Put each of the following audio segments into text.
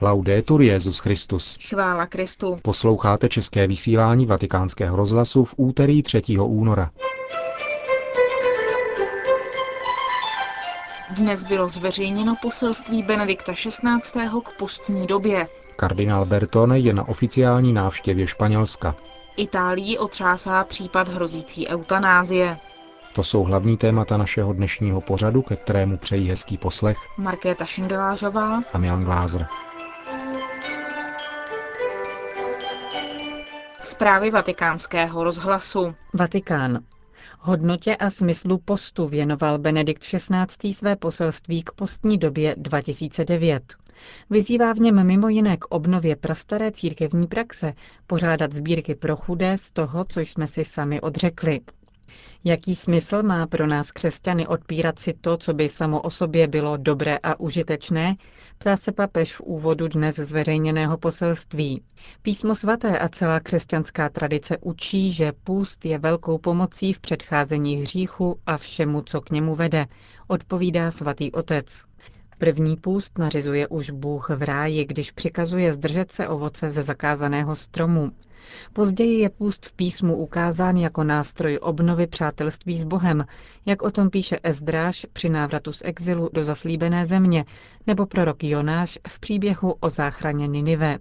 Laudetur Jesus Christus. Chvála Kristu. Posloucháte české vysílání Vatikánského rozhlasu v úterý 3. února. Dnes bylo zveřejněno poselství Benedikta XVI. K postní době. Kardinál Bertone je na oficiální návštěvě Španělska. Itálii otřásá případ hrozící eutanázie. To jsou hlavní témata našeho dnešního pořadu, ke kterému přejí hezký poslech Markéta Šindelářová a Milan Glázer. Zprávy Vatikánského rozhlasu. Vatikán. Hodnotě a smyslu postu věnoval Benedikt XVI. Své poselství k postní době 2009. Vyzývá v něm mimo jiné k obnově prastaré církevní praxe, pořádat sbírky pro chudé z toho, co jsme si sami odřekli. Jaký smysl má pro nás křesťany odpírat si to, co by samo o sobě bylo dobré a užitečné, ptá se papež v úvodu dnes zveřejněného poselství. Písmo svaté a celá křesťanská tradice učí, že půst je velkou pomocí v předcházení hříchu a všemu, co k němu vede, odpovídá svatý otec. První půst nařizuje už Bůh v ráji, když přikazuje zdržet se ovoce ze zakázaného stromu. Později je půst v písmu ukázán jako nástroj obnovy přátelství s Bohem, jak o tom píše Ezdráš při návratu z exilu do zaslíbené země, nebo prorok Jonáš v příběhu o záchraně Ninive.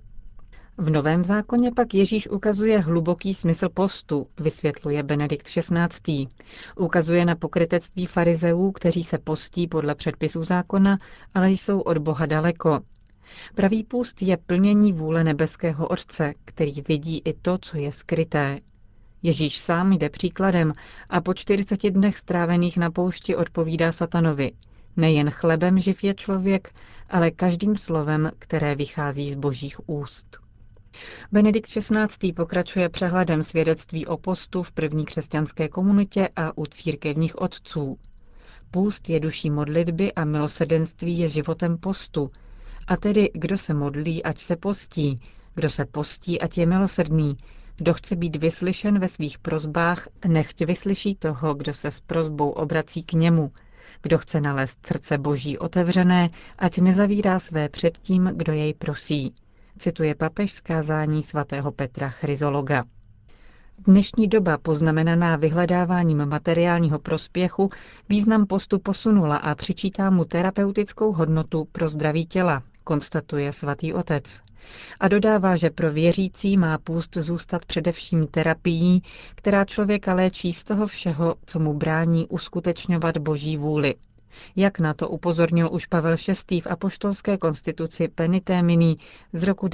V Novém zákoně pak Ježíš ukazuje hluboký smysl postu, vysvětluje Benedikt XVI. Ukazuje na pokrytectví farizeů, kteří se postí podle předpisů zákona, ale jsou od Boha daleko. Pravý půst je plnění vůle nebeského Otce, který vidí i to, co je skryté. Ježíš sám jde příkladem a po 40 dnech strávených na poušti odpovídá satanovi. Nejen chlebem živ je člověk, ale každým slovem, které vychází z Božích úst. Benedikt XVI. Pokračuje přehledem svědectví o postu v první křesťanské komunitě a u církevních otců. Půst je duší modlitby a milosrdenství je životem postu. A tedy, kdo se modlí, ať se postí, kdo se postí, ať je milosrdný, kdo chce být vyslyšen ve svých prosbách, nechť vyslyší toho, kdo se s prosbou obrací k němu. Kdo chce nalézt srdce Boží otevřené, ať nezavírá své před tím, kdo jej prosí. Cituje papež z kázání svatého Petra Chryzologa. Dnešní doba, poznamenaná vyhledáváním materiálního prospěchu, význam postu posunula a přičítá mu terapeutickou hodnotu pro zdraví těla, konstatuje svatý otec. A dodává, že pro věřící má půst zůstat především terapií, která člověka léčí z toho všeho, co mu brání uskutečňovat Boží vůli. Jak na to upozornil už Pavel VI. V apoštolské konstituci Penitemini z roku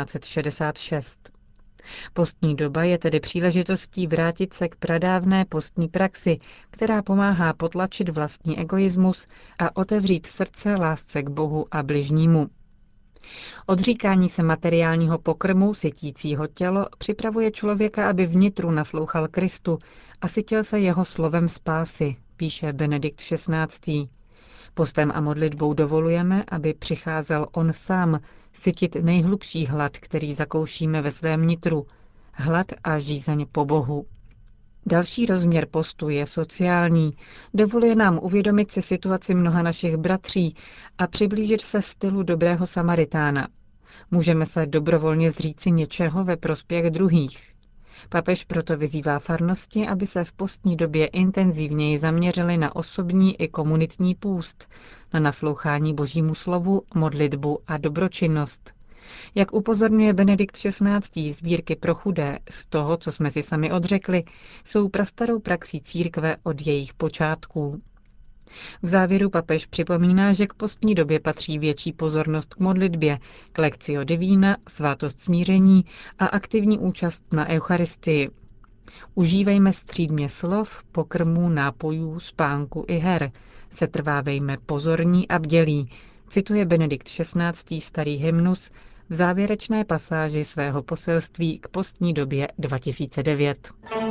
1966. Postní doba je tedy příležitostí vrátit se k pradávné postní praxi, která pomáhá potlačit vlastní egoismus a otevřít srdce lásce k Bohu a bližnímu. Odříkání se materiálního pokrmu, sytícího tělo, připravuje člověka, aby vnitru naslouchal Kristu a sytil se jeho slovem spásy, píše Benedikt XVI. Postem a modlitbou dovolujeme, aby přicházel on sám, sytit nejhlubší hlad, který zakoušíme ve svém nitru, hlad a žízeň po Bohu. Další rozměr postu je sociální, dovoluje nám uvědomit si situaci mnoha našich bratří a přiblížit se stylu dobrého Samaritána. Můžeme se dobrovolně zříci něčeho ve prospěch druhých. Papež proto vyzývá farnosti, aby se v postní době intenzivněji zaměřili na osobní i komunitní půst, na naslouchání Božímu slovu, modlitbu a dobročinnost. Jak upozorňuje Benedikt XVI. Sbírky pro chudé, z toho, co jsme si sami odřekli, jsou prastarou praxí církve od jejich počátků. V závěru papež připomíná, že k postní době patří větší pozornost k modlitbě, k lectio divina, svátost smíření a aktivní účast na eucharistii. Užívejme střídmě slov, pokrmů, nápojů, spánku i her. Setrvávejme pozorní a bdělí, cituje Benedikt XVI. Starý hymnus v závěrečné pasáži svého poselství k postní době 2009.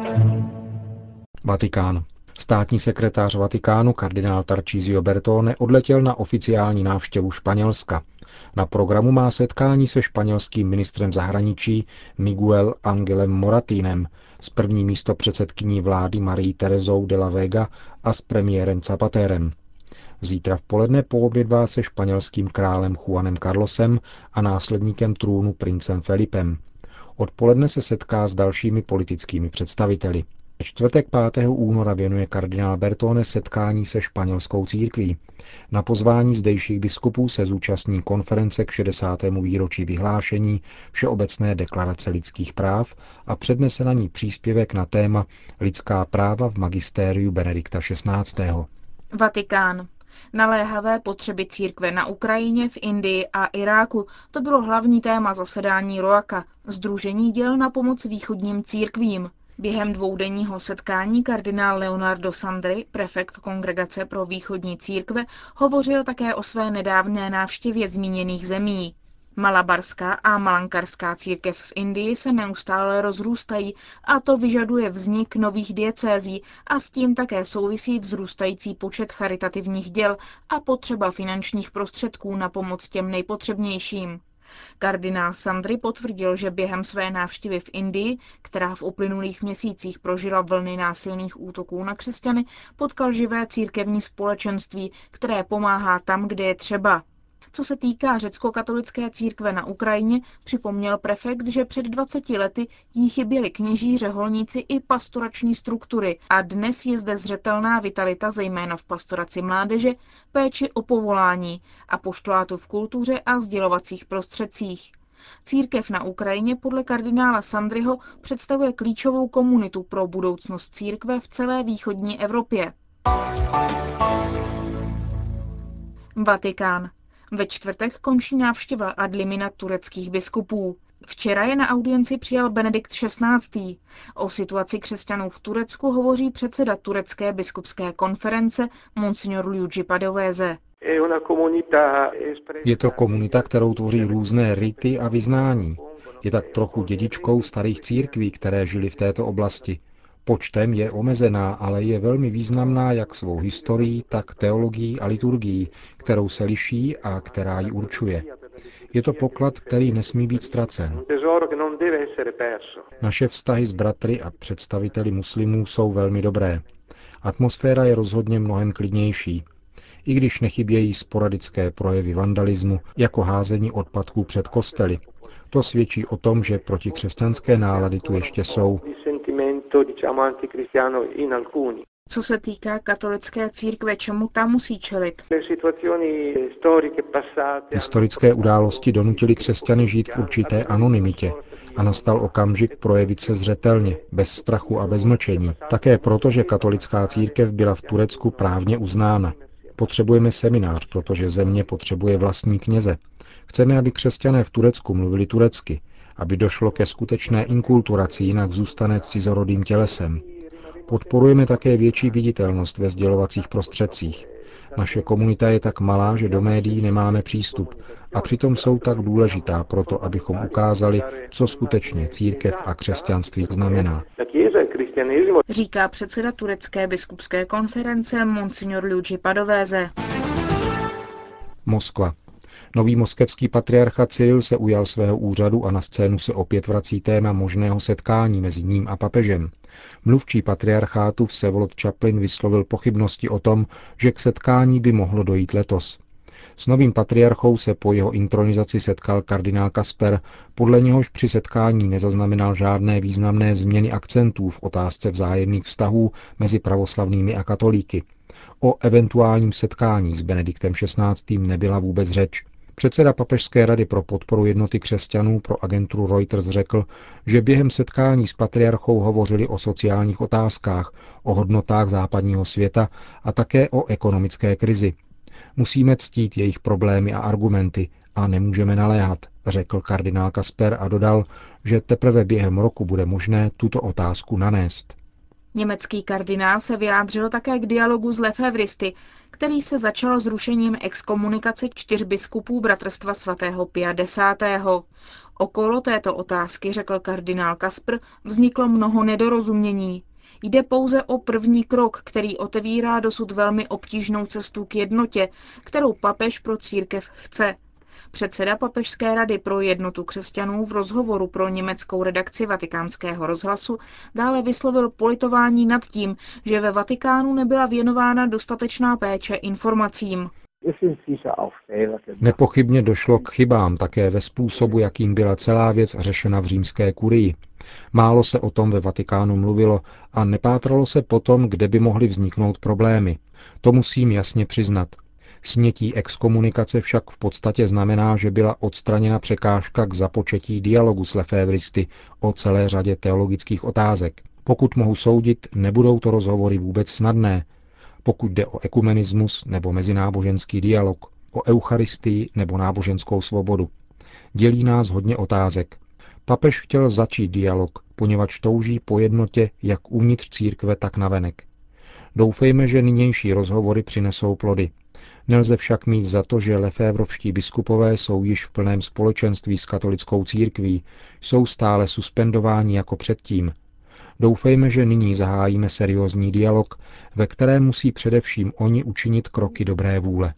Vatikán. Státní sekretář Vatikánu kardinál Tarcísio Bertone odletěl na oficiální návštěvu Španělska. Na programu má setkání se španělským ministrem zahraničí Miguel Angelem Moratinem, s první místopředsedkyní vlády Marií Terezou de la Vega a s premiérem Zapaterem. Zítra v poledne poobědvá se španělským králem Juanem Carlosem a následníkem trůnu princem Felipem. Odpoledne se setká s dalšími politickými představiteli. Čtvrtek 5. února věnuje kardinál Bertone setkání se španělskou církví. Na pozvání zdejších biskupů se zúčastní konference k 60. výročí vyhlášení Všeobecné deklarace lidských práv a přednese na ní příspěvek na téma Lidská práva v magistériu Benedikta XVI. Vatikán. Naléhavé potřeby církve na Ukrajině, v Indii a Iráku. To bylo hlavní téma zasedání ROACA, Sdružení děl na pomoc východním církvím. Během dvoudenního setkání kardinál Leonardo Sandri, prefekt Kongregace pro východní církve, hovořil také o své nedávné návštěvě zmíněných zemí. Malabarská a malankarská církev v Indii se neustále rozrůstají a to vyžaduje vznik nových diecézí a s tím také souvisí vzrůstající počet charitativních děl a potřeba finančních prostředků na pomoc těm nejpotřebnějším. Kardinál Sandri potvrdil, že během své návštěvy v Indii, která v uplynulých měsících prožila vlny násilných útoků na křesťany, potkal živé církevní společenství, které pomáhá tam, kde je třeba. Co se týká řecko-katolické církve na Ukrajině, připomněl prefekt, že před 20 lety jí chyběli kněží, řeholníci i pastorační struktury a dnes je zde zřetelná vitalita zejména v pastoraci mládeže, péči o povolání, apoštolátu v kultuře a sdělovacích prostředcích. Církev na Ukrajině podle kardinála Sandriho představuje klíčovou komunitu pro budoucnost církve v celé východní Evropě. Vatikán. Ve čtvrtek končí návštěva ad limina tureckých biskupů. Včera je na audienci přijal Benedikt XVI. O situaci křesťanů v Turecku hovoří předseda turecké biskupské konference Monsignor Luigi Padovese. Je to komunita, kterou tvoří různé rity a vyznání. Je tak trochu dědičkou starých církví, které žily v této oblasti. Počtem je omezená, ale je velmi významná jak svou historií, tak teologií a liturgií, kterou se liší a která ji určuje. Je to poklad, který nesmí být ztracen. Naše vztahy s bratry a představiteli muslimů jsou velmi dobré. Atmosféra je rozhodně mnohem klidnější. I když nechybějí sporadické projevy vandalismu, jako házení odpadků před kostely. To svědčí o tom, že protikřesťanské nálady tu ještě jsou. Co se týká katolické církve, čemu ta musí čelit? Historické události donutily křesťany žít v určité anonymitě a nastal okamžik projevit se zřetelně, bez strachu a bez mlčení. Také proto, že katolická církev byla v Turecku právně uznána. Potřebujeme seminář, protože země potřebuje vlastní kněze. Chceme, aby křesťané v Turecku mluvili turecky, aby došlo ke skutečné inkulturaci, jinak zůstane cizorodým tělesem. Podporujeme také větší viditelnost ve sdělovacích prostředcích. Naše komunita je tak malá, že do médií nemáme přístup a přitom jsou tak důležitá proto, abychom ukázali, co skutečně církev a křesťanství znamená. Říká předseda turecké biskupské konference Monsignor Luigi Padovese. Moskva. Nový moskevský patriarcha Cyril se ujal svého úřadu a na scénu se opět vrací téma možného setkání mezi ním a papežem. Mluvčí patriarchátu Vsevolod Čaplin vyslovil pochybnosti o tom, že k setkání by mohlo dojít letos. S novým patriarchou se po jeho intronizaci setkal kardinál Kasper, podle něhož při setkání nezaznamenal žádné významné změny akcentů v otázce vzájemných vztahů mezi pravoslavnými a katolíky. O eventuálním setkání s Benediktem XVI. Nebyla vůbec řeč. Předseda Papežské rady pro podporu jednoty křesťanů pro agenturu Reuters řekl, že během setkání s patriarchou hovořili o sociálních otázkách, o hodnotách západního světa a také o ekonomické krizi. Musíme ctít jejich problémy a argumenty a nemůžeme naléhat, řekl kardinál Kasper a dodal, že teprve během roku bude možné tuto otázku nanést. Německý kardinál se vyjádřil také k dialogu s Lefevristy, který se začal zrušením exkomunikace 4 biskupů Bratrstva svatého Pia X. Okolo této otázky, řekl kardinál Kasper, vzniklo mnoho nedorozumění. Jde pouze o první krok, který otevírá dosud velmi obtížnou cestu k jednotě, kterou papež pro církev chce. Předseda Papežské rady pro jednotu křesťanů v rozhovoru pro německou redakci Vatikánského rozhlasu dále vyslovil politování nad tím, že ve Vatikánu nebyla věnována dostatečná péče informacím. Nepochybně došlo k chybám také ve způsobu, jakým byla celá věc řešena v římské kurii. Málo se o tom ve Vatikánu mluvilo a nepátralo se potom, kde by mohly vzniknout problémy. To musím jasně přiznat. Snětí exkomunikace však v podstatě znamená, že byla odstraněna překážka k započetí dialogu s lefébristy o celé řadě teologických otázek. Pokud mohu soudit, nebudou to rozhovory vůbec snadné, pokud jde o ekumenismus nebo mezináboženský dialog, o eucharistii nebo náboženskou svobodu. Dělí nás hodně otázek. Papež chtěl začít dialog, poněvadž touží po jednotě jak uvnitř církve, tak navenek. Doufejme, že nynější rozhovory přinesou plody. Nelze však mít za to, že lefébrovští biskupové jsou již v plném společenství s katolickou církví, jsou stále suspendováni jako předtím. Doufejme, že nyní zahájíme seriózní dialog, ve kterém musí především oni učinit kroky dobré vůle.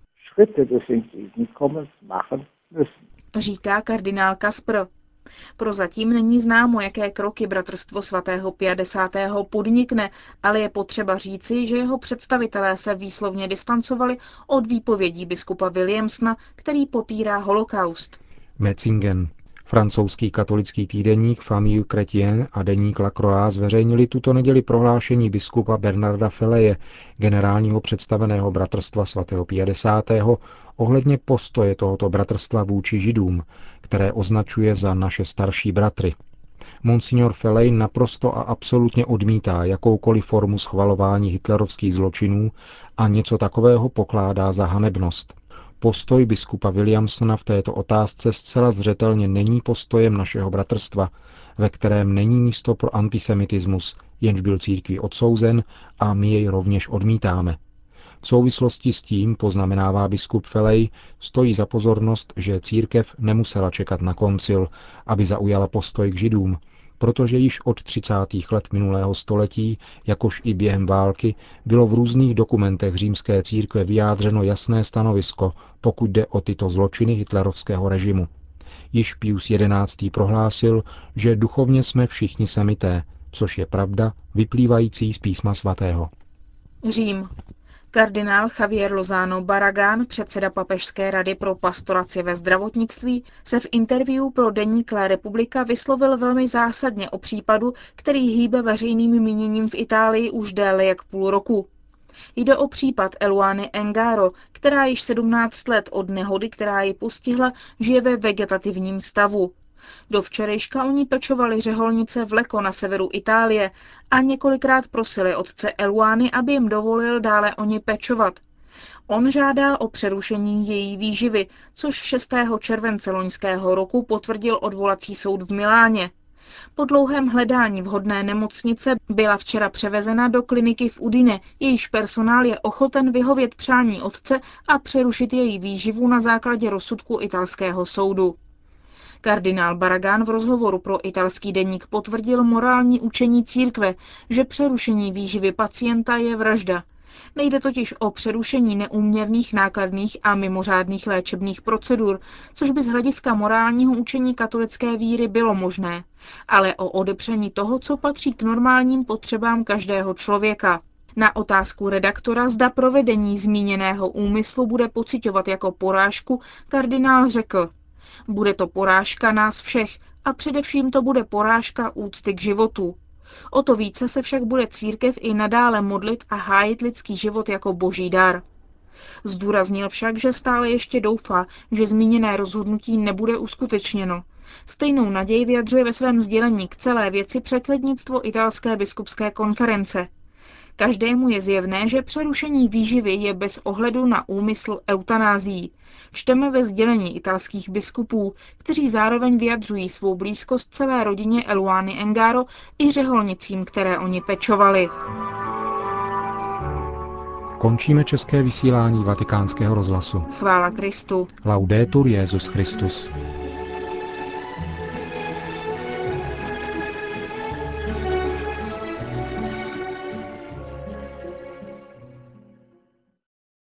Říká kardinál Kasper. Prozatím není známo, jaké kroky Bratrstvo svatého 50. podnikne, ale je potřeba říci, že jeho představitelé se výslovně distancovali od výpovědí biskupa Williamsona, který popírá holokaust. Metzingen. Francouzský katolický týdeník Famille Chrétienne a deník La Croix zveřejnili tuto neděli prohlášení biskupa Bernarda Feleje, generálního představeného Bratrstva svatého 50. ohledně postoje tohoto bratrstva vůči Židům, které označuje za naše starší bratry. Monsignor Felej naprosto a absolutně odmítá jakoukoliv formu schvalování hitlerovských zločinů a něco takového pokládá za hanebnost. Postoj biskupa Williamsona v této otázce zcela zřetelně není postojem našeho bratrstva, ve kterém není místo pro antisemitismus, jenž byl církví odsouzen a my jej rovněž odmítáme. V souvislosti s tím, poznamenává biskup Felej, stojí za pozornost, že církev nemusela čekat na koncil, aby zaujala postoj k Židům, protože již od 30. let minulého století, jakož i během války, bylo v různých dokumentech římské církve vyjádřeno jasné stanovisko, pokud jde o tyto zločiny hitlerovského režimu. Již Pius XI. Prohlásil, že duchovně jsme všichni semité, což je pravda vyplývající z písma svatého. Řím. Kardinál Javier Lozano Barragán, předseda Papežské rady pro pastoraci ve zdravotnictví, se v interview pro deník La Repubblica vyslovil velmi zásadně o případu, který hýbe veřejným míněním v Itálii už déle jak půl roku. Jde o případ Eluany Engaro, která již 17 let od nehody, která ji postihla, žije ve vegetativním stavu. Do včerejška o ní pečovali řeholnice v Lecco na severu Itálie a několikrát prosili otce Eluany, aby jim dovolil dále o ní pečovat. On žádá o přerušení její výživy, což 6. července loňského roku potvrdil odvolací soud v Miláně. Po dlouhém hledání vhodné nemocnice byla včera převezena do kliniky v Udine, jejíž personál je ochoten vyhovět přání otce a přerušit její výživu na základě rozsudku italského soudu. Kardinál Barragán v rozhovoru pro italský deník potvrdil morální učení církve, že přerušení výživy pacienta je vražda. Nejde totiž o přerušení neúměrných, nákladných a mimořádných léčebných procedur, což by z hlediska morálního učení katolické víry bylo možné, ale o odepření toho, co patří k normálním potřebám každého člověka. Na otázku redaktora, zda provedení zmíněného úmyslu bude pociťovat jako porážku, kardinál řekl: bude to porážka nás všech a především to bude porážka úcty k životu. O to více se však bude církev i nadále modlit a hájit lidský život jako boží dar. Zdůraznil však, že stále ještě doufá, že zmíněné rozhodnutí nebude uskutečněno. Stejnou naději vyjadřuje ve svém sdělení k celé věci předsednictvo italské biskupské konference. Každému je zjevné, že přerušení výživy je bez ohledu na úmysl eutanázií. Čteme ve sdělení italských biskupů, kteří zároveň vyjadřují svou blízkost celé rodině Eluany Engaro i řeholnicím, které oni pečovali. Končíme české vysílání Vatikánského rozhlasu. Chvála Kristu. Laudetur Jesus Christus.